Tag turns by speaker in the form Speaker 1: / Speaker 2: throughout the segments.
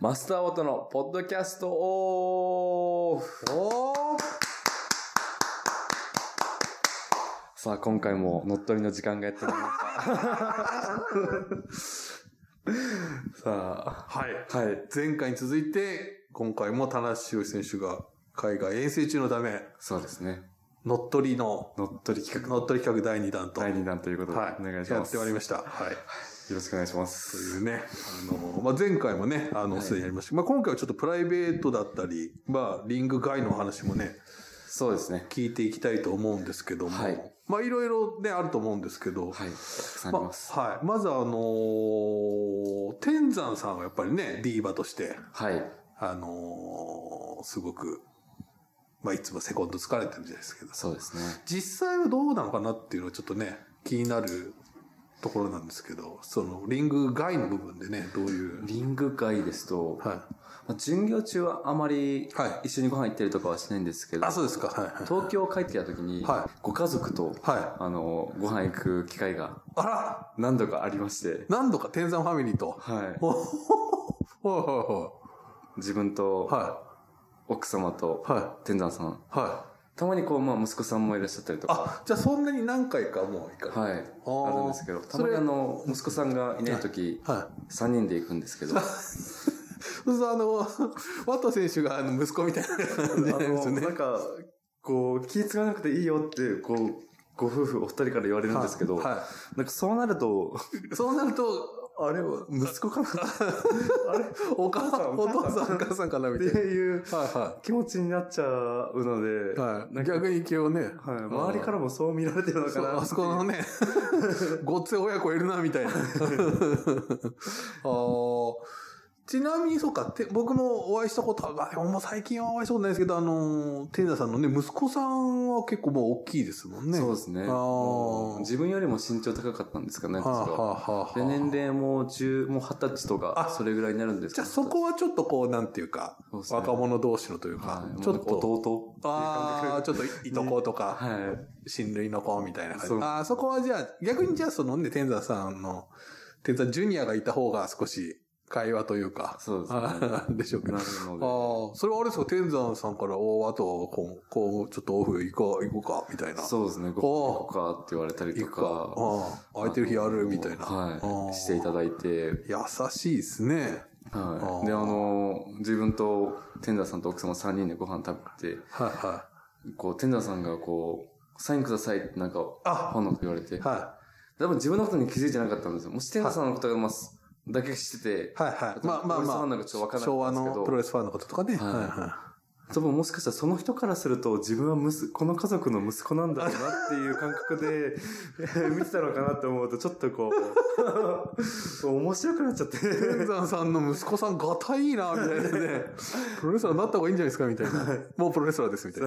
Speaker 1: マスターオトのポッドキャストオフ。さあ、今回も乗っ取りの時間がやってまいりました。さあ、
Speaker 2: はい。
Speaker 1: はい。
Speaker 2: 前回に続いて、今回も田無宏選手が海外遠征中のため、
Speaker 1: そうですね。
Speaker 2: 乗っ取り企画第2弾と。
Speaker 1: 第2弾ということで、
Speaker 2: はい、
Speaker 1: お願いします。
Speaker 2: やってまいりました。はい。
Speaker 1: よろしくお願いします。
Speaker 2: というね、前回もね、すでにやりました。今回はちょっとプライベートだったり、リング外の話もね、
Speaker 1: そうですね。
Speaker 2: 聞いていきたいと思うんですけども、はい。いろいろね、あると思うんですけど、
Speaker 1: はい。たくさんあります。
Speaker 2: はい。まず天山さんはやっぱりね、ディーバとして、
Speaker 1: はい。
Speaker 2: すごく、いつもセコンド疲れてるじゃないですけど。
Speaker 1: そうですね。
Speaker 2: 実際はどうなのかなっていうのはちょっとね、気になるところなんですけど、そのリング外の部分でね、どういう。
Speaker 1: リング外ですと、
Speaker 2: はい。
Speaker 1: 巡業中はあまり一緒にご飯行ったりとかはしないんですけど、
Speaker 2: そうですか。はい。
Speaker 1: 東京帰ってきた時に、ご家族と、ご飯行く機会が、何度かありまして。
Speaker 2: 何度か天山ファミリーと。
Speaker 1: はい。自分と、奥様と、天山さん。たまに息子さんもいらっしゃったりとか。
Speaker 2: じゃあそんなに何回かもう行かない。
Speaker 1: あるんですけど、たまに息子さんがいない時、3人で行くんですけど。
Speaker 2: そうするとワト選手が息子みたいな感じですよね。
Speaker 1: なんか、気使わなくていいよって、ご夫婦お二人から言われるんですけど、なんかそうなると、あれは息子かなあれお父さんお母さんかなみたいな。っていう気持ちになっちゃうので、
Speaker 2: 逆に一応ね、
Speaker 1: 周りからもそう見られてるのかな。
Speaker 2: あそこのね、ごっつい親子いるな、みたいな。ちなみにそうか、僕もお会いしたことは、最近はお会いしたことないですけど、天山さんのね、息子さんは結構もう大きいですもんね。
Speaker 1: そうですね。自分よりも身長高かったんですかね、確か。で、年齢ももう20歳とか、それぐらいになるんですけど。
Speaker 2: じゃあそこはちょっとなんていうか、若者同士のというか、
Speaker 1: ちょっと弟。
Speaker 2: ちょっといとことか、親類の子みたいな感じ。そこはじゃあ、逆にじゃあそのね、天山さんの、天山ジュニアがいた方が少し、会話というか。
Speaker 1: そうですね。
Speaker 2: でしょうけど。
Speaker 1: なるの
Speaker 2: で。それはあれですか、天山さんから、あと、ちょっとオフ行こうか、みたいな。
Speaker 1: そうですね。行こうかって言われたりとか。
Speaker 2: 空いてる日あるみたいな。
Speaker 1: していただいて。
Speaker 2: 優しいですね。
Speaker 1: で、自分と天山さんと奥様3人でご飯食べて、天山さんがサインくださいってなんか、ファンのこと言われて。多分自分のことに気づいてなかったんですよ。もし天山さんのことがだけしてて。
Speaker 2: 昭和のプロレスファンのこととかね。
Speaker 1: 多分もしかしたらその人からすると自分はこの家族の息子なんだろうなっていう感覚で見てたのかなって思うとちょっと面白くなっちゃって。
Speaker 2: 天山さんの息子さんがたいいな、みたいなね。プロレスラーになった方がいいんじゃないですか、みたいな。もうプロレスラーです、みたいな。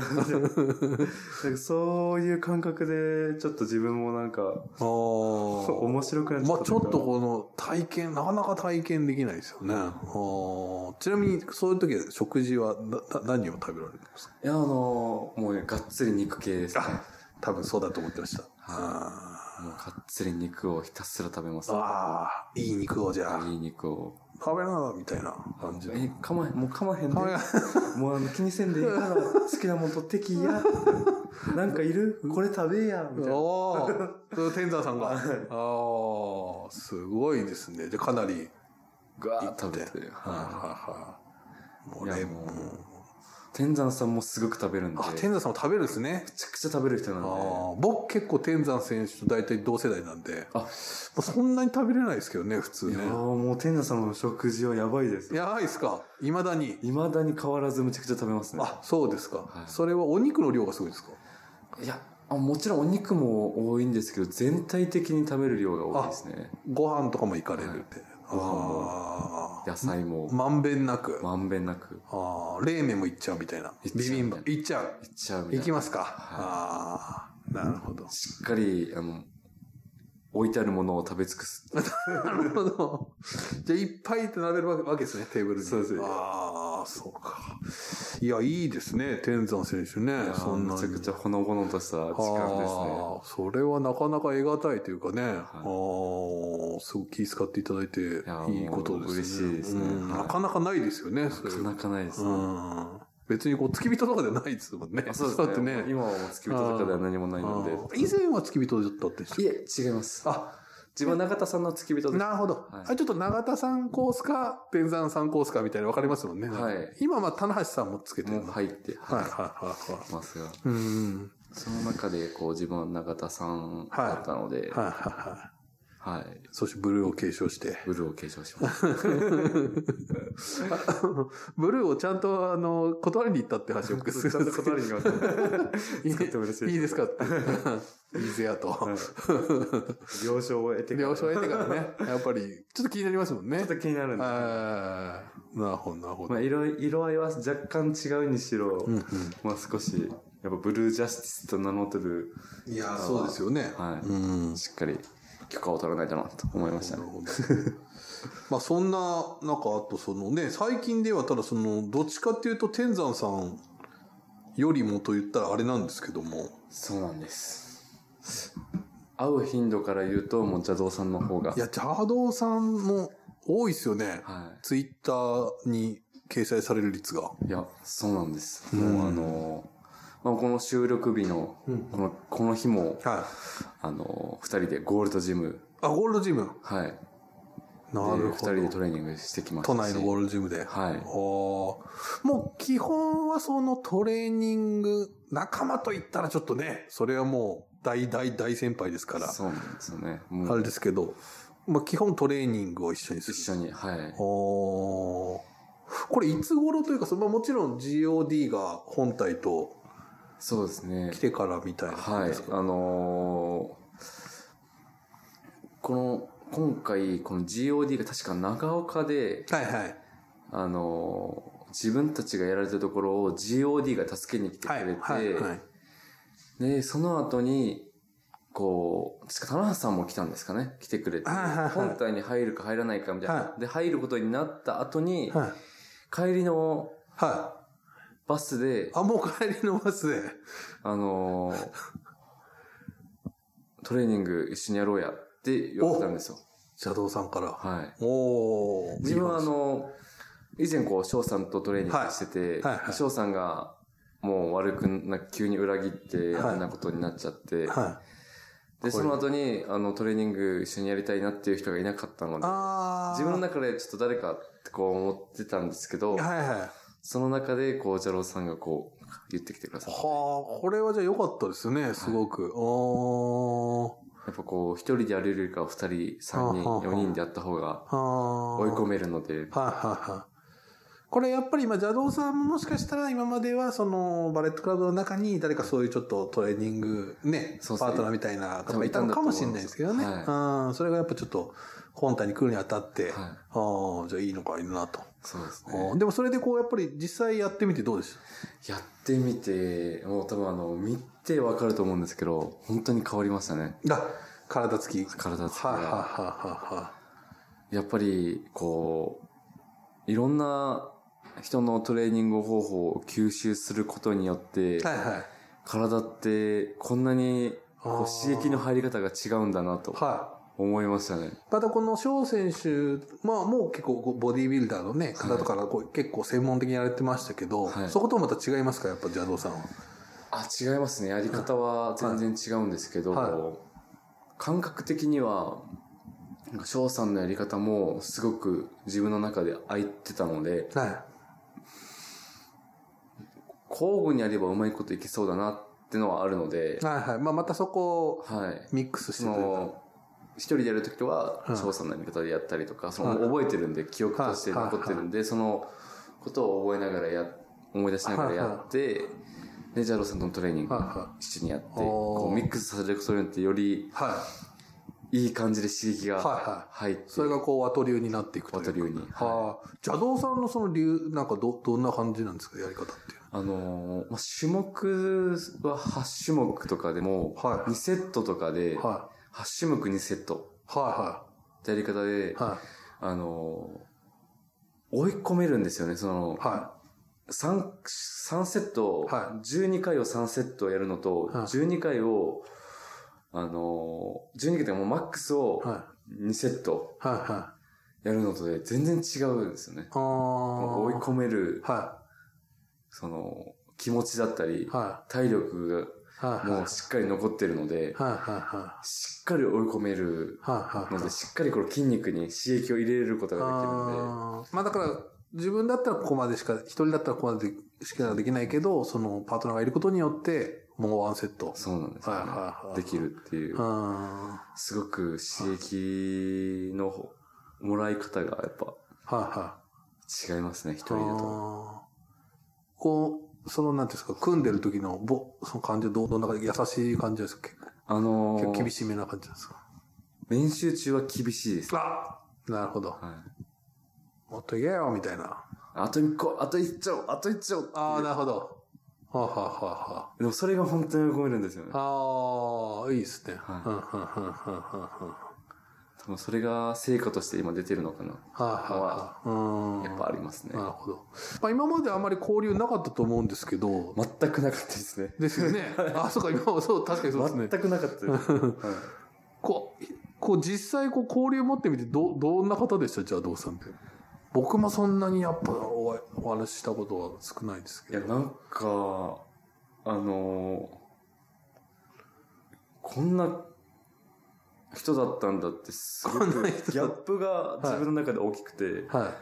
Speaker 1: そういう感覚で、ちょっと自分もなんか、面白くなっちゃった。
Speaker 2: ちょっと体験、なかなか体験できないですよね。ちなみに、そういう時は食事は何を食べられるんですか？
Speaker 1: いや、もうね、がっつり肉系ですね。
Speaker 2: 多分そうだと思ってました。
Speaker 1: もうがっつり肉をひたすら食べます。
Speaker 2: いい肉をじゃあ。
Speaker 1: いい肉を。
Speaker 2: 食べなみたいな感じ。
Speaker 1: もうかまへんで。もう気にせんでいいから好きなもん取ってきや。なんかいる？これ食べや。みたいな。
Speaker 2: 天山さんが。すごいですね。で、かなり。
Speaker 1: ガーッ食べて。
Speaker 2: もうね、
Speaker 1: 天山さんもすごく食べるんで。
Speaker 2: 天山さんも食べるんですね。
Speaker 1: めちゃくちゃ食べる人なんで。
Speaker 2: 僕結構天山選手と大体同世代なんで。そんなに食べれないですけどね、普通ね。
Speaker 1: もう天山さんの食事はやばいです。
Speaker 2: やばいですか？未だに変
Speaker 1: わらずめちゃくちゃ食べますね。
Speaker 2: そうですか。それはお肉の量がすごいですか？
Speaker 1: いや、もちろんお肉も多いんですけど、全体的に食べる量が多いですね。
Speaker 2: ご飯とかも行かれるって。
Speaker 1: ご飯も、野菜も。
Speaker 2: まんべんなく。
Speaker 1: 冷
Speaker 2: 麺もいっちゃうみたいな。ビビンバ。いっちゃう。いきますか。なるほど。
Speaker 1: しっかり、置いてあるものを食べ尽くす。
Speaker 2: なるほど。じゃあいっぱいって並べるわけですね、テーブルに。
Speaker 1: そうですね。
Speaker 2: そうか。いや、いいですね、天山選手ね。
Speaker 1: そんな。めちゃくちゃほのぼのとした力ですね。
Speaker 2: それはなかなか得難いというかね。すごく気遣っていただいていいことですね。
Speaker 1: 嬉しいですね。
Speaker 2: なかなかないですよね。
Speaker 1: なかなかないですね。
Speaker 2: 別に付き人とかではないですもんね。
Speaker 1: そうですね。今は付き人とかでは何もないので。
Speaker 2: 以前は付き人だったって
Speaker 1: いえ、違います。自分は永田さんの付き人です。
Speaker 2: なるほど。ちょっと永田さんコースか、天山さんコースかみたいな分かりますもんね。今棚橋さんもつけてる。
Speaker 1: もう入って。ますが。その中で、自分は永田さんだったので。はい。
Speaker 2: そしてブルーを継承して。
Speaker 1: ブルーを継承します。
Speaker 2: ブルーをちゃんと、断りに行ったって話を
Speaker 1: ちゃんと断りに行った。
Speaker 2: いいですかって。いいぜやと。
Speaker 1: 了承を得て
Speaker 2: からね。やっぱり、ちょっと気になりますもんね。
Speaker 1: ちょっと気になるんです。
Speaker 2: なるほど。
Speaker 1: 色合いは若干違うにしろ、少し、やっぱブルージャスティスと名乗ってる。
Speaker 2: いや、そうですよね。
Speaker 1: はい。しっかり許可を取らないとなと思いましたね。
Speaker 2: そんな、あと最近ではただどっちかっていうと天山さんよりもと言ったらあれなんですけども。
Speaker 1: そうなんです。会う頻度から言うと、もう邪道さんの方が。
Speaker 2: いや、邪道さんも多いですよね。ツイッターに掲載される率が。
Speaker 1: いや、そうなんです。もうこの収録日の、この日も、二人でゴールドジム。
Speaker 2: ゴールドジム。
Speaker 1: はい。
Speaker 2: なるほど。
Speaker 1: 二人でトレーニングしてきました。
Speaker 2: 都内のゴールドジムで。
Speaker 1: はい。
Speaker 2: もう基本はそのトレーニング仲間と言ったらちょっとね、それはもう大先輩ですから。
Speaker 1: そうなんですよね。
Speaker 2: あれですけど、基本トレーニングを一緒にする。
Speaker 1: 一緒に、はい。
Speaker 2: これいつ頃というか、もちろん GOD が本体と、
Speaker 1: そうですね。
Speaker 2: 来てからみたいな感じですか。
Speaker 1: 今回、この GOD が確か長岡で、自分たちがやられてるところを GOD が助けに来てくれて、で、その後に、確か棚橋さんも来たんですかね、来てくれて、本体に入るか入らないかみたいな。で、入ることになった後に、帰りの、バスで、
Speaker 2: もう帰りのバスで、
Speaker 1: トレーニング一緒にやろうやって言われたんですよ。
Speaker 2: 邪道さんから。
Speaker 1: はい。自分は以前翔さんとトレーニングしてて、翔さんがもう悪くな、急に裏切ってあんなことになっちゃって、で、その後にトレーニング一緒にやりたいなっていう人がいなかったので、自分の中でちょっと誰かって思ってたんですけど、その中で邪道さんが言ってきてくださって。
Speaker 2: これはじゃあ良かったですね、すごく。
Speaker 1: やっぱ一人でやれるよりか二人、三人、四人でやった方が追い込めるので。
Speaker 2: これやっぱり邪道さんもしかしたら今まではバレットクラブの中に誰かそういうちょっとトレーニングね、パートナーみたいな方がいたのかもしれないですけどね。それがやっぱちょっと本体に来るにあたって、じゃあいいのかいいなと。
Speaker 1: そうですね。
Speaker 2: でもそれでやっぱり実際やってみてどうでした？
Speaker 1: やってみて、もう多分見てわかると思うんですけど、本当に変わりましたね。
Speaker 2: 体つき。
Speaker 1: 体つきが。やっぱり、いろんな人のトレーニング方法を吸収することによって、体ってこんなに刺激の入り方が違うんだなと。思いましたね。
Speaker 2: またこの翔選手、もう結構ボディービルダーのね、方とか結構専門的にやられてましたけど、そことまた違いますか、やっぱ邪道さんは。
Speaker 1: 違いますね。やり方は全然違うんですけど、感覚的には、翔さんのやり方もすごく自分の中で合ってたので、交互にやればうまいこといけそうだなってのはあるので、
Speaker 2: またそこをミックスしてくれた。
Speaker 1: 一人でやるときは、翔さんのやり方でやったりとか、覚えてるんで、記憶として残ってるんで、そのことを覚えながら思い出しながらやって、で、邪道さんとのトレーニング一緒にやって、ミックスさせることによってより、いい感じで刺激が入って。
Speaker 2: それが和と流になっていくというか。
Speaker 1: 和と流に。
Speaker 2: 邪道さんのその流、どんな感じなんですか、やり方っていう。
Speaker 1: 種目は8種目とかでも、2セットとかで、8種目2セット。ってやり方で、追い込めるんですよね。 3セット、12回を3セットやるのと、12回を、12回ってもうマックスを2セットやるのとで全然違うんですよね。追い込める、その、気持ちだったり、体力がもうしっかり残ってるので、しっかり追い込めるので、しっかりこの筋肉に刺激を入れることができるので。
Speaker 2: まあだから、自分だったらここまでしか、一人だったらここまでしかできないけど、そのパートナーがいることによって、もうワンセット。
Speaker 1: そうなんですよね。できるっていう。すごく刺激のもらい方がやっぱ、違いますね、一人だと。
Speaker 2: こう、その、なんていうんですか、組んでる時の、その感じはどんな感じ、優しい感じですか、結構。結構厳しめな感じですか。
Speaker 1: 練習中は厳しいです。
Speaker 2: なるほど。もっといけよ、みたいな。
Speaker 1: あと一個、あと一丁、あと一丁。
Speaker 2: なるほど。
Speaker 1: でもそれが本当に喜べるんですよね。
Speaker 2: いいですね。
Speaker 1: 多分それが成果として今出てるのかな。やっぱありますね。
Speaker 2: なるほど。まあ今まであんまり交流なかったと思うんですけど。
Speaker 1: 全くなかったですね。
Speaker 2: ですよね。そうか、今はそう、確かにそうですね。
Speaker 1: 全くなかったです。
Speaker 2: こう実際交流持ってみてどんな方でした？じゃあ、どうさんって。僕もそんなにやっぱお話ししたことは少ないですけど。
Speaker 1: いや、なんか、こんな人だったんだってすごくギャップが自分の中で大きくて、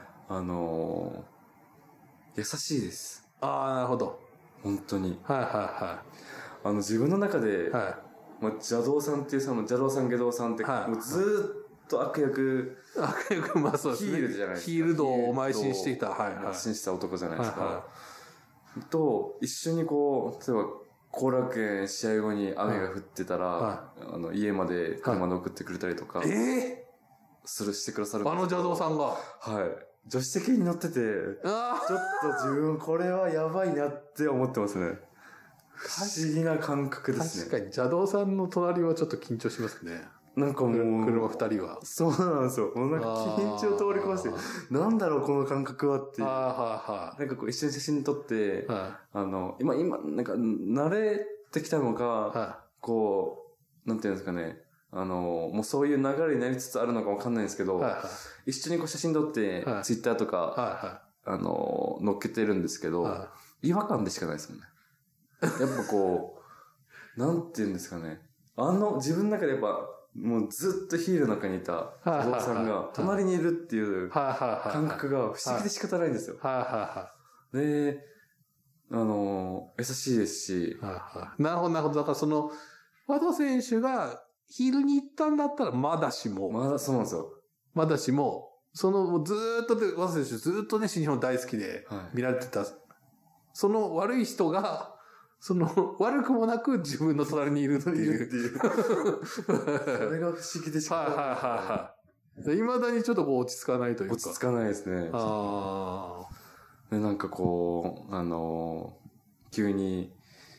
Speaker 1: 優しいです。
Speaker 2: なるほど。
Speaker 1: 本当に。自分の中で、邪道さんっていう邪道さん、下道さんって、もうずっと悪役、
Speaker 2: まあそうですね。
Speaker 1: ヒールじゃないですか。
Speaker 2: ヒール道を邁進してきた。
Speaker 1: 邁進した男じゃないですか。と、一緒にこう、例えば、後楽園試合後に雨が降ってたら、家まで車で送ってくれたりとか、してくださる。
Speaker 2: 邪道さんが。
Speaker 1: 助手席に乗ってて、ちょっと自分これはやばいなって思ってますね。不思議な感覚ですね。
Speaker 2: 確かに邪道さんの隣はちょっと緊張しますね。
Speaker 1: なんかもう。
Speaker 2: 車二人は。
Speaker 1: そうなんですよ。もうなんか緊張通り越して、なんだろうこの感覚はっていう。なんかこう一緒に写真撮って、今、なんか慣れてきたのか、こう、なんていうんですかね。もうそういう流れになりつつあるのかわかんないんですけど、一緒にこう写真撮って、ツイッターとか、載っけてるんですけど、違和感でしかないですもんね。やっぱこう、なんていうんですかね。自分の中でやっぱ、もうずっとヒールの中にいた、お父さんが隣にいるっていう感覚が不思議で仕方ないんですよ。で、優しいですし。
Speaker 2: なるほど、なるほど。だから和田選手がヒールに行ったんだったらまだしも。
Speaker 1: そうなんですよ。
Speaker 2: まだしも、もうずーっと和田選手ずっとね、新日本大好きで見られてた、その悪い人が、悪くもなく自分の隣にいるっていう。
Speaker 1: それが不思議でしか
Speaker 2: ない。未だにちょっとこう落ち着かないというか。
Speaker 1: 落ち着かないですね。で、なんかこう、急に、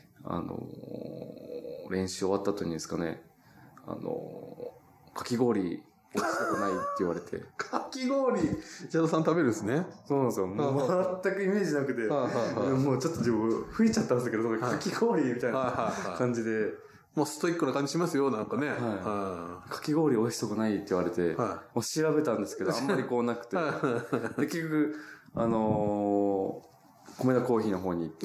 Speaker 1: 練習終わった後にですかね、かき氷、美味しくないって言われて。
Speaker 2: かき氷邪道さん食べるんですね。
Speaker 1: そうなんですよ。全くイメージなくて。もうちょっと自分吹いちゃったんですけど、かき氷みたいな感じで。
Speaker 2: もうストイックな感じしますよ、なんかね。
Speaker 1: かき氷美味しくないって言われて、もう調べたんですけど、あんまりこうなくて。で、結局、米田コーヒーの方に行って、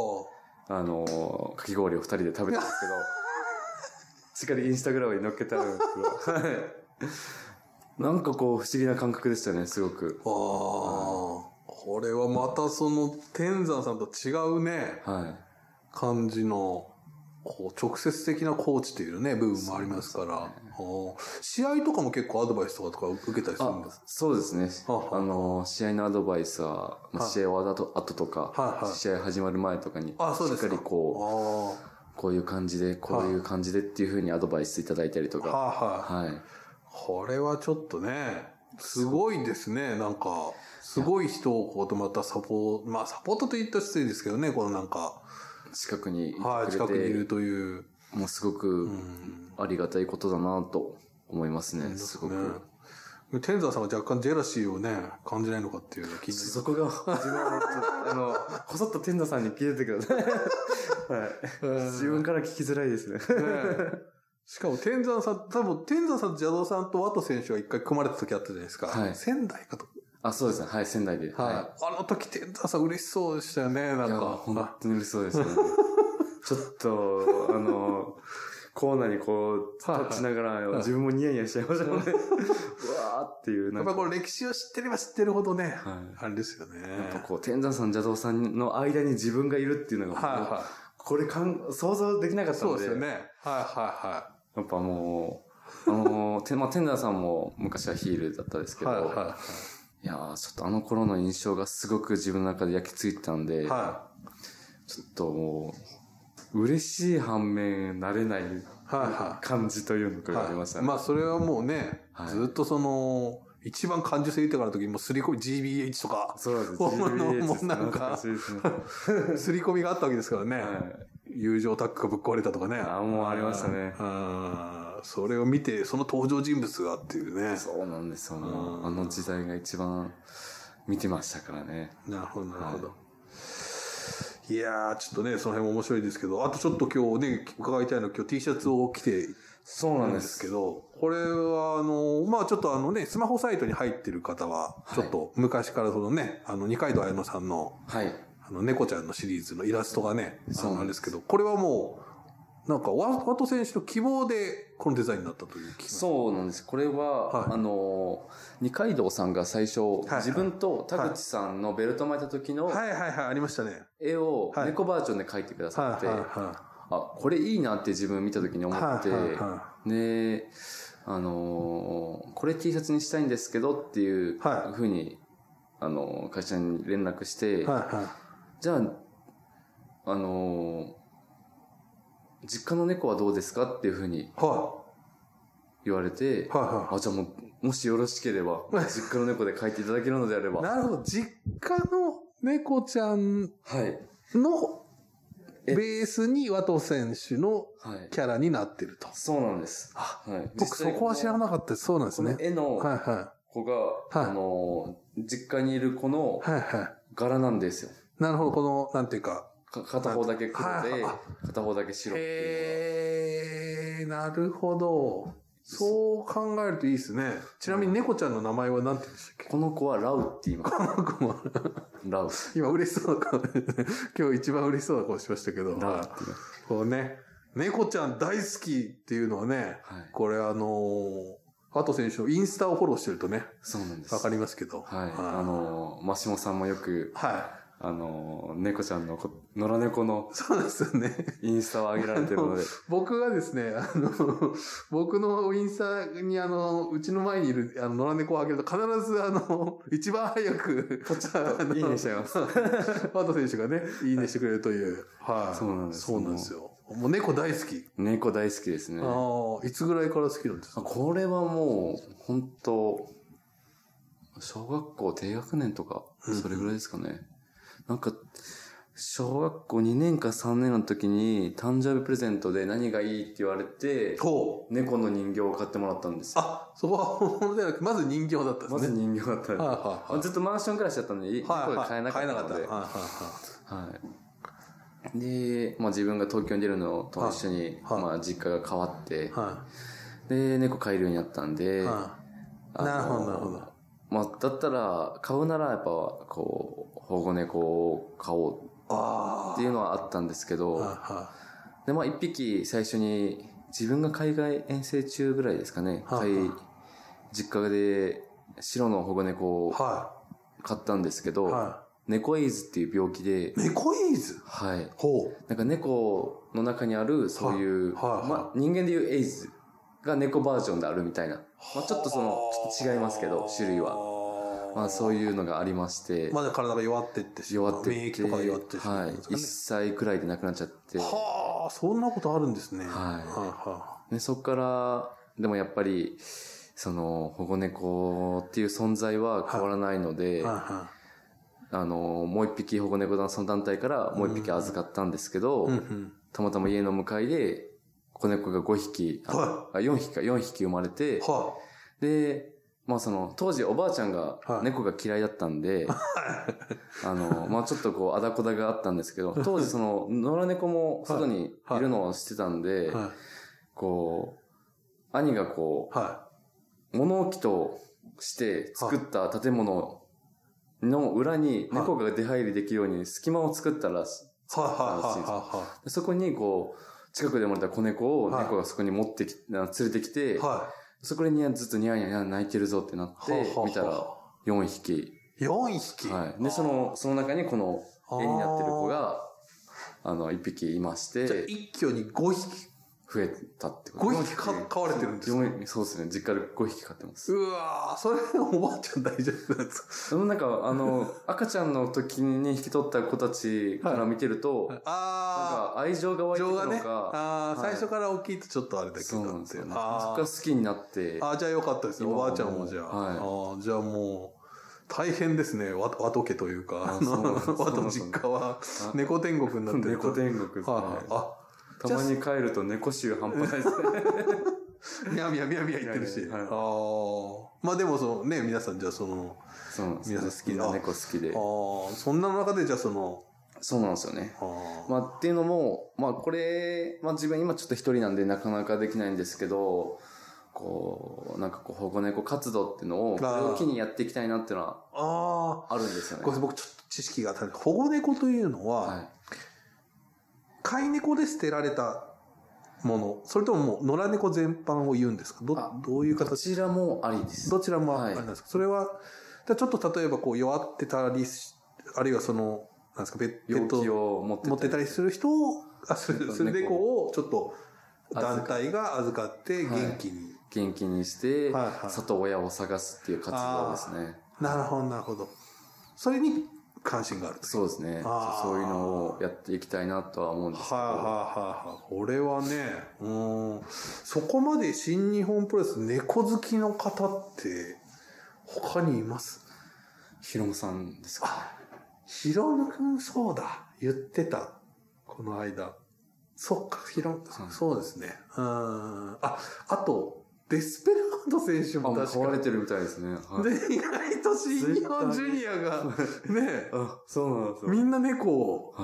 Speaker 1: かき氷を2人で食べたんですけど、しっかりインスタグラムに載っけてあるんですけど、なんかこう不思議な感覚でしたね、すごく。
Speaker 2: これはまた天山さんと違うね、感じの、直接的なコーチというね、部分もありますから。試合とかも結構アドバイスとか受けたりするんですか？
Speaker 1: そうですね。試合のアドバイスは、試合終わった後とか、試合始まる前とかに、しっかりこういう感じで、こういう感じでっていう風にアドバイスいただいたりとか。
Speaker 2: これはちょっとね、すごいですね。なんか、すごい人をまたサポートと言ったら失礼ですけどね、なんか。
Speaker 1: 近くにいて
Speaker 2: くれて、近くにいるという。
Speaker 1: もうすごくありがたいことだなと思いますね、すごく。
Speaker 2: 天山さんが若干ジェラシーをね、感じないのかっていうの気になります。
Speaker 1: そこが、自分はこそっと天山さんに聞いててください。はい。自分から聞きづらいですね。
Speaker 2: しかも天山さん、多分天山さんと邪道さんとワト選手は一回組まれた時あったじゃないですか。はい。仙台かと。
Speaker 1: あ、そうですね。はい、仙台で。
Speaker 2: はい。あの時天山さん嬉しそうでしたよね、なんか。
Speaker 1: 本当に嬉しそうですよね。ちょっと、コーナーにこう、立ちながら、自分もニヤニヤしちゃいましたもんね。うわーっていう。
Speaker 2: やっぱこれ歴史を知ってれば知ってるほどね、あれですよね。
Speaker 1: やっぱこう、天山さん、邪道さんの間に自分がいるっていうのが、これ想像できなかったので。
Speaker 2: そうですよね。
Speaker 1: やっぱもう、天山さんも昔はヒールだったですけど、いやー、ちょっとあの頃の印象がすごく自分の中で焼き付いてたんで、ちょっともう、嬉しい反面、慣れない感じというのがありましたね。
Speaker 2: まあ、それはもうね、ずっと一番感受性豊かな時にもうすり込み GBH とか。
Speaker 1: そうです。
Speaker 2: GBH もうなんか、すり込みがあったわけですからね。友情タッグがぶっ壊れたとかね。
Speaker 1: もうありましたね。
Speaker 2: それを見て、その登場人物がっていうね。
Speaker 1: そうなんですよ。あの時代が一番見てましたからね。
Speaker 2: なるほど、なるほど。いやー、ちょっとね、その辺も面白いですけど、あとちょっと今日ね、伺いたいのは今日 T シャツを着て、
Speaker 1: そうなんです
Speaker 2: けど、これはまあちょっとね、スマホサイトに入ってる方は、ちょっと昔から二階堂綾乃さんの、猫ちゃんのシリーズのイラストがね、なんですけど、これはもう、なんか、ワト選手の希望で、このデザインになったという気が。
Speaker 1: そうなんです。これは、二階堂さんが最初、自分と田口さんのベルト巻いた時の、
Speaker 2: ありましたね。
Speaker 1: 絵を猫バージョンで描いてくださって、これいいなって自分見た時に思って、で、これ T シャツにしたいんですけどっていうふうに、会社に連絡して、じゃあ、実家の猫はどうですかっていうふうに言われて、じゃあもしよろしければ、実家の猫で描いていただけるのであれば。
Speaker 2: なるほど。実家の猫ちゃんのベースにワト選手のキャラになってると。
Speaker 1: そうなんです。
Speaker 2: 僕そこは知らなかったです。そうなんですね。
Speaker 1: この絵の子が、実家にいる子の柄なんですよ。
Speaker 2: なるほど。この、なんていうか。
Speaker 1: 片方だけ黒で、片方だけ白っていう
Speaker 2: なるほど。そう考えるといいですね。ちなみに猫ちゃんの名前は何て言うんでしたっけ？
Speaker 1: この子はラウって言います。この子はラウ。
Speaker 2: 今嬉しそうな顔今日一番嬉しそうな顔しましたけど。
Speaker 1: ラウって言います。
Speaker 2: こうね、猫ちゃん大好きっていうのはね、これワト選手のインスタをフォローしてるとね。
Speaker 1: そうなんです。
Speaker 2: わかりますけど。
Speaker 1: マシモさんもよく、猫ちゃんの、野良猫の、
Speaker 2: そうですよね。
Speaker 1: インスタを上げられてるので。
Speaker 2: 僕がですね、僕のインスタにうちの前にいる野良猫を上げると必ず一番早く、
Speaker 1: いいねしちゃいます。
Speaker 2: ワト選手がね、いいねしてくれるという。
Speaker 1: そうなんです。
Speaker 2: そうなんですよ。もう猫大好き。
Speaker 1: 猫大好きですね。
Speaker 2: いつぐらいから好きなんですか？
Speaker 1: これはもう、本当小学校低学年とか、それぐらいですかね。なんか、小学校2年か3年の時に誕生日プレゼントで何がいいって言われて、猫の人形を買ってもらったんですよ。
Speaker 2: そこは本物ではなく、まず人形だったんですね。
Speaker 1: まず人形だったんです。ずっとマンション暮らしだったのに、猫が買えなかったので。で、自分が東京に出るのと一緒に、実家が変わって、で、猫飼えるようになったんで、
Speaker 2: なるほど、なるほど。
Speaker 1: だったら、買うならやっぱ、保護猫を飼おうっていうのはあったんですけど、で、一匹最初に、自分が海外遠征中ぐらいですかね、実家で白の保護猫を買ったんですけど、猫エイズっていう病気で。
Speaker 2: 猫エイズ？
Speaker 1: はい。なんか猫の中にある、そういう、人間でいうエイズが猫バージョンであるみたいな。ちょっとちょっと違いますけど、種類は。そういうのがありまして。
Speaker 2: 体が弱ってってしまう。免疫とか弱ってしまう。
Speaker 1: 1歳くらいで亡くなっちゃって。
Speaker 2: そんなことあるんですね。
Speaker 1: で、そっから、でもやっぱり、保護猫っていう存在は変わらないので、もう一匹保護猫のその団体からもう一匹預かったんですけど、たまたま家の向かいで、子猫が5匹、4匹生まれて、で、 まあ当時おばあちゃんが猫が嫌いだったんで、まあちょっとこう、あだこだがあったんですけど、当時野良猫も外にいるのを知ってたんで、こう、兄がこう、物置として作った建物の裏に猫が出入りできるように隙間を作ったらしいんです。そこにこう、近くで生まれた子猫を猫がそこに連れてきて、そこでずっとニャーニャー泣いてるぞってなって、見たら4匹。
Speaker 2: 4匹
Speaker 1: はい。で、その中にこの絵になってる子が、1匹いまして。
Speaker 2: じゃあ一挙に5匹。
Speaker 1: 増えたってこと。
Speaker 2: 5匹飼われてるんですか？
Speaker 1: そうですね。実家で5匹飼ってます。
Speaker 2: うわー、それおばあちゃん大丈夫なんですか？
Speaker 1: なんか、赤ちゃんの時に引き取った子たちから見てると、なんか愛情が湧いてくるのか、
Speaker 2: 最初から大きいとちょっとあれだけど。
Speaker 1: そうなんですよね。そこから好きになって。
Speaker 2: じゃあよかったですね。おばあちゃんもじゃあ。じゃあもう、大変ですね。和と家というか、和と実家は猫天国になってる。
Speaker 1: 猫天国ですね。たまに帰ると猫臭半端ないですね。
Speaker 2: みやみや言ってるし。まあでも皆さんじゃあ皆さん好きな
Speaker 1: 猫好きで。
Speaker 2: そんな中でじゃあ
Speaker 1: そうなんですよね。まあっていうのも、まあこれ、まあ自分今ちょっと一人なんでなかなかできないんですけど、なんか保護猫活動っていうのを、これを機にやっていきたいなっていうのは、あるんですよね。
Speaker 2: これ僕ちょっと知識が足りない。保護猫というのは、飼い猫で捨てられたもの、それとももう野良猫全般を言うんですか？どういう形？
Speaker 1: どちらもありです。
Speaker 2: どちらもありなんですか？それは、ちょっと例えば弱ってたり、あるいはなんですか、ペットを持ってたりする人を、それで猫をちょっと団体が預かって
Speaker 1: 元気にして、里親を探すっていう活動ですね。
Speaker 2: なるほど、なるほど。それに関心がある。
Speaker 1: そうですね。そういうのをやっていきたいなとは思うんですけど。
Speaker 2: これはね、そこまで新日本プロレス猫好きの方って他にいます？
Speaker 1: ヒロムさんですか？
Speaker 2: ヒロムくんそうだ。言ってた。この間。そっか、そうですね。あと、デスペラード選手も確か
Speaker 1: 買われてるみたいですね。
Speaker 2: で、意外と新日本ジュニアが、ね、
Speaker 1: そうなんですよ。
Speaker 2: みんな猫を。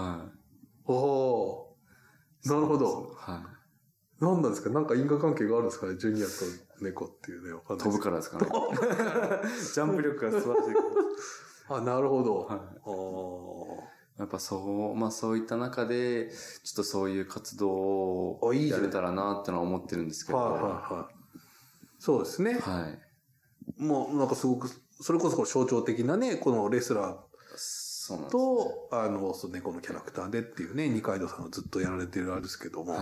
Speaker 2: なるほど。何なんですか？なんか因果関係があるんですかね？ジュニアと猫っていうね。
Speaker 1: 飛ぶからですかね。ジャンプ力が素晴らしい。
Speaker 2: なるほど。
Speaker 1: やっぱそういった中で、ちょっとそういう活動をやれたらなってのは思ってるんですけど。
Speaker 2: そうですね。もうなんかすごく、それこそ象徴的なね、このレスラーと、猫のキャラクターでっていうね、二階堂さんがずっとやられてるあれですけども。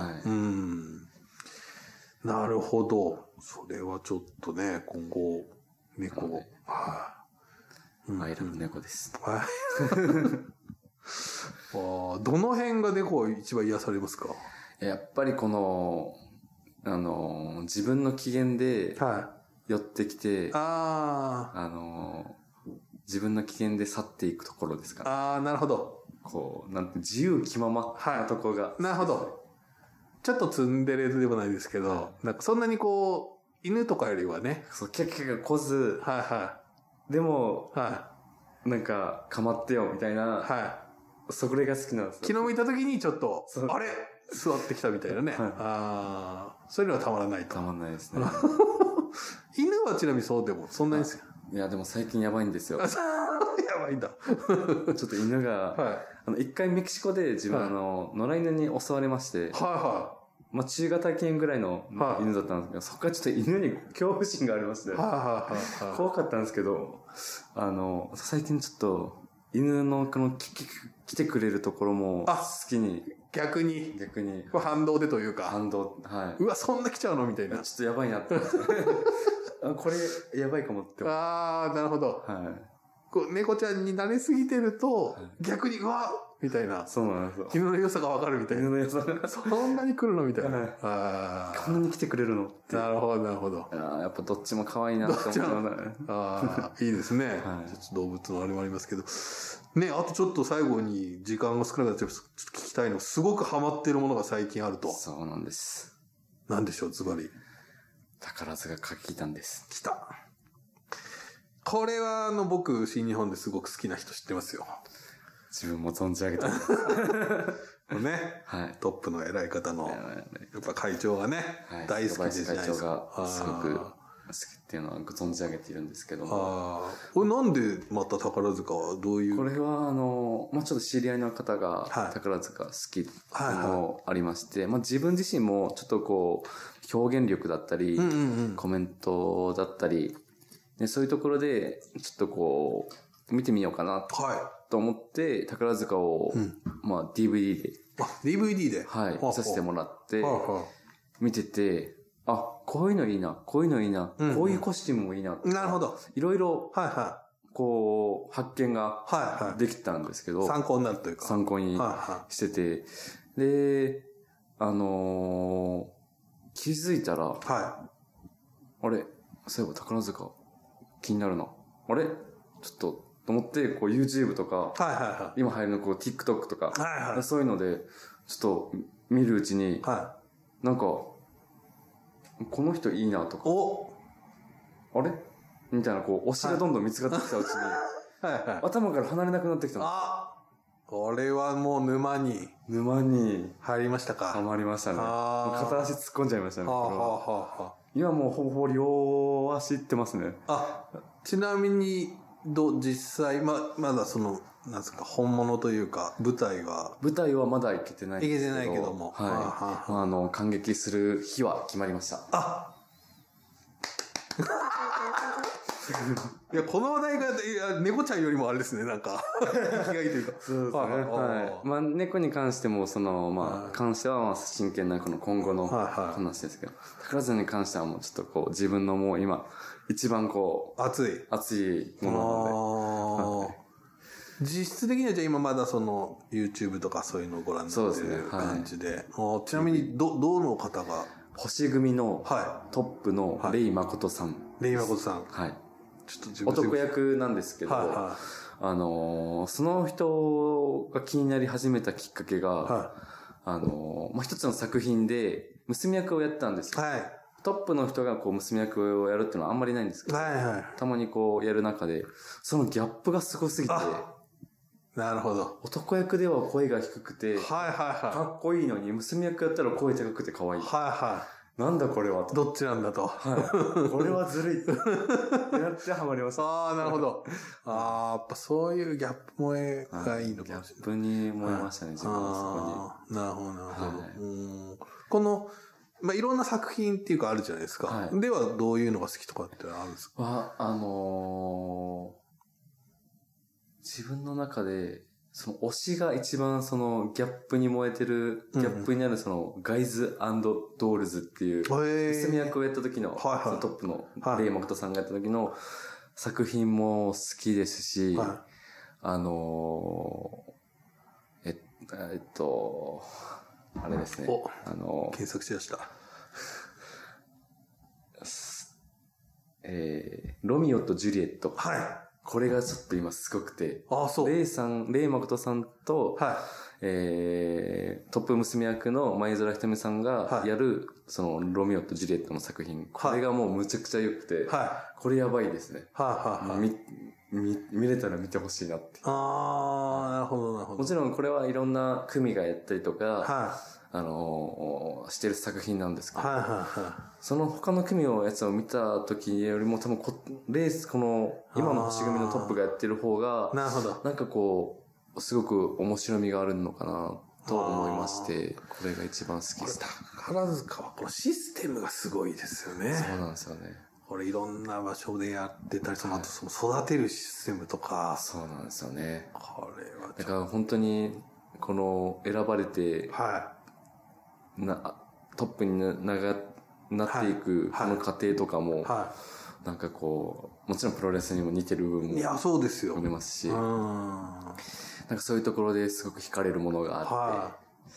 Speaker 2: なるほど。それはちょっとね、今後、猫。
Speaker 1: アイラブ猫です。
Speaker 2: どの辺が猫を一番癒されますか？
Speaker 1: やっぱり自分の機嫌で寄ってきて、自分の機嫌で去っていくところですかね。
Speaker 2: なるほど。
Speaker 1: 自由気ままなとこが。
Speaker 2: なるほど。ちょっとツンデレでもないですけど、なんかそんなに犬とかよりはね。
Speaker 1: キャッキャが来ず、でも、なんか、かまってよ、みたいな。それが好きなんですよ。
Speaker 2: 昨日見た時にちょっと、あれ座ってきたみたいなね。そういうのはたまらないと。
Speaker 1: たまらないですね。
Speaker 2: 犬はちなみにそうでも、そんなにですよ。
Speaker 1: いや、でも最近やばいんですよ。
Speaker 2: やばいんだ。
Speaker 1: ちょっと犬が、一回メキシコで自分野良犬に襲われまして、まあ中型犬ぐらいの犬だったんですけど、そこからちょっと犬に恐怖心がありまして、怖かったんですけど、最近ちょっと犬の来てくれるところも好きに。
Speaker 2: 逆に。反動でというか。
Speaker 1: 反動、
Speaker 2: うわ、そんな来ちゃうのみたいな。
Speaker 1: ちょっとやばいなって思って。これ、やばいかもって思って。
Speaker 2: なるほど。猫ちゃんに慣れすぎてると、逆に、うわみたいな。
Speaker 1: そうなんですよ。
Speaker 2: 犬の良さがわかるみたいな。
Speaker 1: 犬の良さが。
Speaker 2: そんなに来るのみたいな。
Speaker 1: こんなに来てくれるの
Speaker 2: なるほど、なるほど。
Speaker 1: やっぱどっちも可愛いなって思って
Speaker 2: ます。いいですね。動物のあれもありますけど。ね、あとちょっと最後に時間が少なくなっちゃうちょっと聞きたいの。すごくハマってるものが最近あると。
Speaker 1: そうなんです。
Speaker 2: なんでしょう、ズバリ。
Speaker 1: 宝塚歌劇団です。
Speaker 2: 来た。 これは僕、新日本ですごく好きな人知ってますよ。
Speaker 1: 自分も存じ上げてます。
Speaker 2: ね。
Speaker 1: はい。
Speaker 2: トップの偉い方の、やっぱ会長がね、
Speaker 1: はい、
Speaker 2: 大好きでじゃないですか。
Speaker 1: 会長がすごく好きっていうのはご存じ上げているんですけども。
Speaker 2: これなんでまた宝塚はどういう？
Speaker 1: これはまあちょっと知り合いの方が宝塚好きっていうのもありまして、まあ自分自身もちょっとこう、表現力だったり、コメントだったり、ね、そういうところで、ちょっとこう、見てみようかなと思って、宝塚を、まあ DVD で。
Speaker 2: DVD で
Speaker 1: はい、させてもらって、見てて、こういうのいいな、こういうのいいな、こういうコスチュームもいいな。
Speaker 2: なるほど。
Speaker 1: いろいろ、こう、発見ができたんですけど、
Speaker 2: 参考になるというか。
Speaker 1: 参考にしてて、で、気づいたら、あれ、そういえば宝塚気になるな。あれちょっと、と思って、こう YouTube とか、今流行るのこう TikTok とか、そういうので、ちょっと見るうちに、なんか、この人いいなとか、あれみたいな、こう、推しがどんどん見つかってきたうちに、頭から離れなくなってきたの。
Speaker 2: これはもう沼に入りましたか。
Speaker 1: ハマりましたね。片足突っ込んじゃいましたね。今もうほぼほぼ両足いってますね。
Speaker 2: ちなみに、実際、まだなんですか、本物というか、舞台は
Speaker 1: まだ行けてない
Speaker 2: ですけど。行けてないけども。
Speaker 1: 感激する日は決まりました。
Speaker 2: いや、この話題が、猫ちゃんよりもあれですね、なんか。生きがいいというか。
Speaker 1: そうですね。はい。まあ、猫に関しても、関しては、真剣なこの今後の話ですけど、宝塚に関してはもうちょっとこう、自分のもう今、一番こう、熱いものなので。
Speaker 2: 実質的にはじゃあ今まだYouTube とかそういうのをご覧になってる感じで。ちなみに、どの方が？
Speaker 1: 星組のトップのレイ誠さん。
Speaker 2: レイ誠さん。
Speaker 1: はい。ちょっと男役なんですけど、その人が気になり始めたきっかけが、一つの作品で娘役をやったんですよ。トップの人がこう娘役をやるっていうのはあんまりないんですけど、たまにこうやる中で、そのギャップがすごすぎて、
Speaker 2: なるほど。
Speaker 1: 男役では声が低くて、かっこいいのに、娘役やったら声高くて可愛い。なんだこれはと。
Speaker 2: どっちなんだと。
Speaker 1: これはずるい。やってハマりました。
Speaker 2: なるほど。やっぱそういうギャップ萌えがいいのかもしれない。
Speaker 1: ギャップに萌えましたね、自分はそこに。
Speaker 2: なるほど、なるほど。この、いろんな作品っていうかあるじゃないですか。では、どういうのが好きとかってあるんですか？
Speaker 1: 自分の中で、その推しが一番そのギャップに燃えてる、ギャップになるそのガイズ&ドールズっていう、娘役をやった時の、そのトップのレイ・マクトさんがやった時の作品も好きですし、あれですね。
Speaker 2: 検索しました。
Speaker 1: ロミオとジュリエット。これがちょっと今すごくて。レイマクトさんと、トップ娘役の前空ひとみさんがやる、そのロミオとジュリエットの作品。これがもうむちゃくちゃ良くて、これやばいですね。見れたら見てほしいなって。
Speaker 2: なるほど、なるほど。
Speaker 1: もちろんこれはいろんな組がやったりとか、してる作品なんですけど、その他の組のやつを見た時よりも多分今の星組のトップがやってる方が、なんかこう、すごく面白みがあるのかなと思いまして、これが一番好きです。
Speaker 2: 宝塚はこのシステムがすごいですよね。
Speaker 1: そうなんですよね。
Speaker 2: これいろんな場所でやってたり、あと育てるシステムとか。
Speaker 1: そうなんですよね。
Speaker 2: これは
Speaker 1: だから本当に、この選ばれて、トップになっていくこの過程とかも、なんかこう、もちろんプロレスにも似てる部分もありますし、なんかそういうところですごく惹かれるものがあって、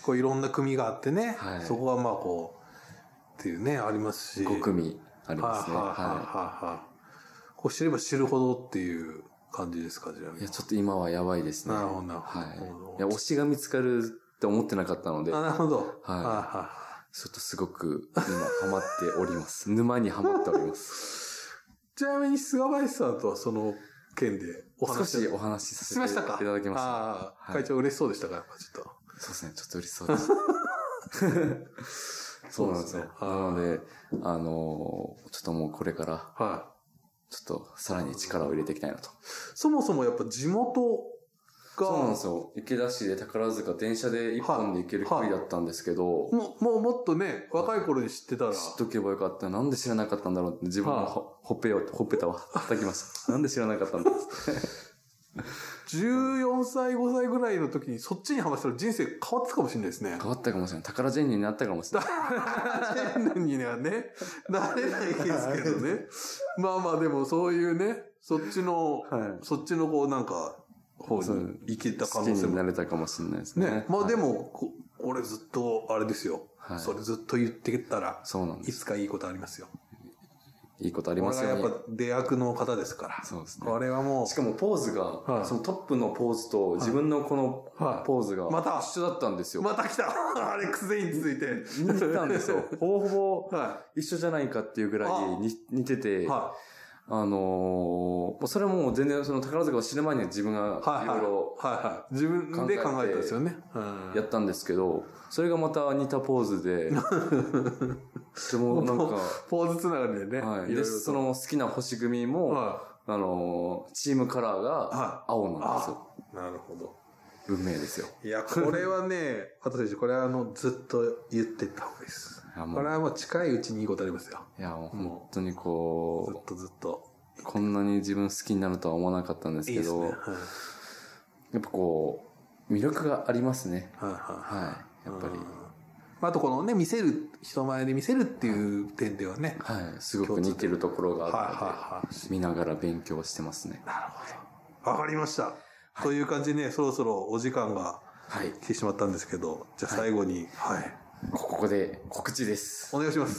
Speaker 2: こういろんな組があってね、そこはまあこう、っていうね、ありますし。
Speaker 1: 5組ありますね。
Speaker 2: こう知れば知るほどっていう感じですか、じゃあ。
Speaker 1: いや、ちょっと今はやばいですね。
Speaker 2: なるほど、なる
Speaker 1: ほど。いや、推しが見つかるって思ってなかったので。
Speaker 2: なるほど。
Speaker 1: ちょっとすごく今ハマっております。沼にハマっております。
Speaker 2: ちなみに菅林さんとはその件で
Speaker 1: 少しお話しさせていただきました。
Speaker 2: ああ、会長嬉しそうでしたか、やっぱちょっと。
Speaker 1: そうですね、ちょっと嬉しそうです。そうなんですよ。なので、ちょっともうこれから、ちょっとさらに力を入れていきたいなと。
Speaker 2: そもそもやっぱ地元が。
Speaker 1: そうなんですよ。池田市で宝塚電車で一本で行ける距離だったんですけど。
Speaker 2: もうもっとね、若い頃に知ってたら。
Speaker 1: 知っとけばよかった。なんで知らなかったんだろうって自分のほっぺたは叩きました。なんで知らなかったんだって。
Speaker 2: 14歳、5歳ぐらいの時にそっちにハマったら人生変わってたかもしれないですね。
Speaker 1: 変わったかもしれない。宝ジェンヌになったかもしれない。
Speaker 2: 宝ジェンヌにはね、なれないですけどね。まあまあでもそういうね、そっちのこうなんか、方に行けた可能性も。好き
Speaker 1: になれたかもしれないですね。
Speaker 2: ね。まあでも、俺ずっと、あれですよ。それずっと言ってたら、
Speaker 1: そうなんです。
Speaker 2: いつかいいことありますよ。
Speaker 1: いいことありますよね。
Speaker 2: これがやっぱ出役の方ですから。
Speaker 1: そうですね。
Speaker 2: これはもう。
Speaker 1: しかもポーズが、そのトップのポーズと自分のこのポーズが一緒だったんですよ。
Speaker 2: また来たアレックス・ゼインに続いて。
Speaker 1: 似てたんですよ。ほぼほぼ一緒じゃないかっていうぐらい似てて、それはもう全然その宝塚を知る前に自分がいろいろ
Speaker 2: 自分で考えたんですよね。
Speaker 1: やったんですけど、それがまた似たポーズで、でもなんか、
Speaker 2: ポーズつながりでね。
Speaker 1: で、その好きな星組も、チームカラーが青なんですよ。
Speaker 2: なるほど。
Speaker 1: 運命ですよ。
Speaker 2: いや、これはね、加藤選手、これはずっと言ってった方がいいです。これはもう近いうちにいいことありますよ。
Speaker 1: いや、もう本当にこ
Speaker 2: う、ずっと。
Speaker 1: こんなに自分好きになるとは思わなかったんですけど、やっぱこう、魅力がありますね。はい。やっぱり。
Speaker 2: あとこのね、人前で見せるっていう点ではね。
Speaker 1: はい。すごく似てるところがあって、見ながら勉強してますね。
Speaker 2: なるほど。わかりました。という感じでね、そろそろお時間が来てしまったんですけど、じゃあ最後に、
Speaker 1: ここで告知です。
Speaker 2: お願いします。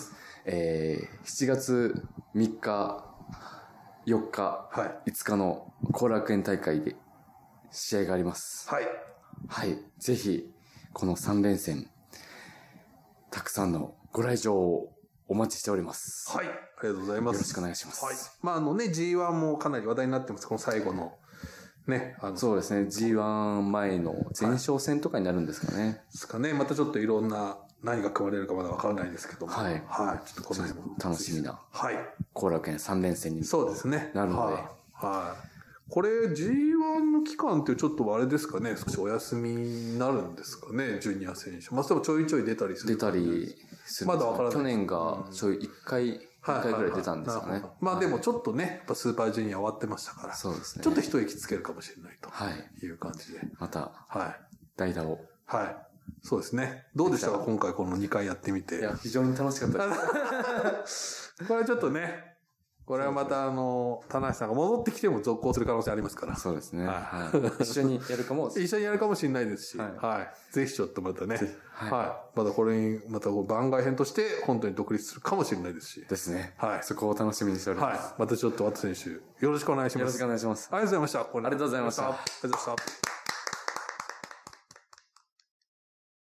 Speaker 1: 7月3日、4日、5日の後楽園大会で試合があります。はい。ぜひ、この3連戦、たくさんのご来場をお待ちしております。
Speaker 2: はい。ありがとうございます。
Speaker 1: よろしくお願いします。はい。
Speaker 2: まあG1 もかなり話題になってます。この最後の。ね。
Speaker 1: そうですね。G1 前の前哨戦とかになるんですかね。
Speaker 2: ですかね。またちょっといろんな何が組まれるかまだわからないですけども。
Speaker 1: はい。
Speaker 2: ちょっとこの辺も。
Speaker 1: 楽しみな。後楽園3連戦に
Speaker 2: そうですね。
Speaker 1: なるので。
Speaker 2: これ G1 の期間ってちょっとあれですかね、少しお休みになるんですかね、ジュニア選手。まあでもちょいちょい出たりする。
Speaker 1: 出たりする。
Speaker 2: まだわからない。
Speaker 1: 去年がちょい1回ぐらい出たんですかね。
Speaker 2: まあでもちょっとね、やっぱスーパージュニア終わってましたから。
Speaker 1: そうですね。
Speaker 2: ちょっと一息つけるかもしれないという感じで。
Speaker 1: また、代打を。
Speaker 2: そうですね。どうでしたか今回この2回やってみて。
Speaker 1: いや、非常に楽しかったで
Speaker 2: す。これちょっとね、これはまた棚橋さんが戻ってきても続行する可能性ありますから。
Speaker 1: そうですね。一緒にやるかも。
Speaker 2: 一緒にやるかもしれないですし。ぜひちょっとまたね。またこれに、また番外編として本当に独立するかもしれないですし。
Speaker 1: ですね。そこを楽しみにしております。
Speaker 2: またちょっとワット選手、よろしくお願いします。
Speaker 1: よろしくお願いします。
Speaker 2: ありがとうございました。
Speaker 1: ありがとうございました。
Speaker 2: ありがとうございました。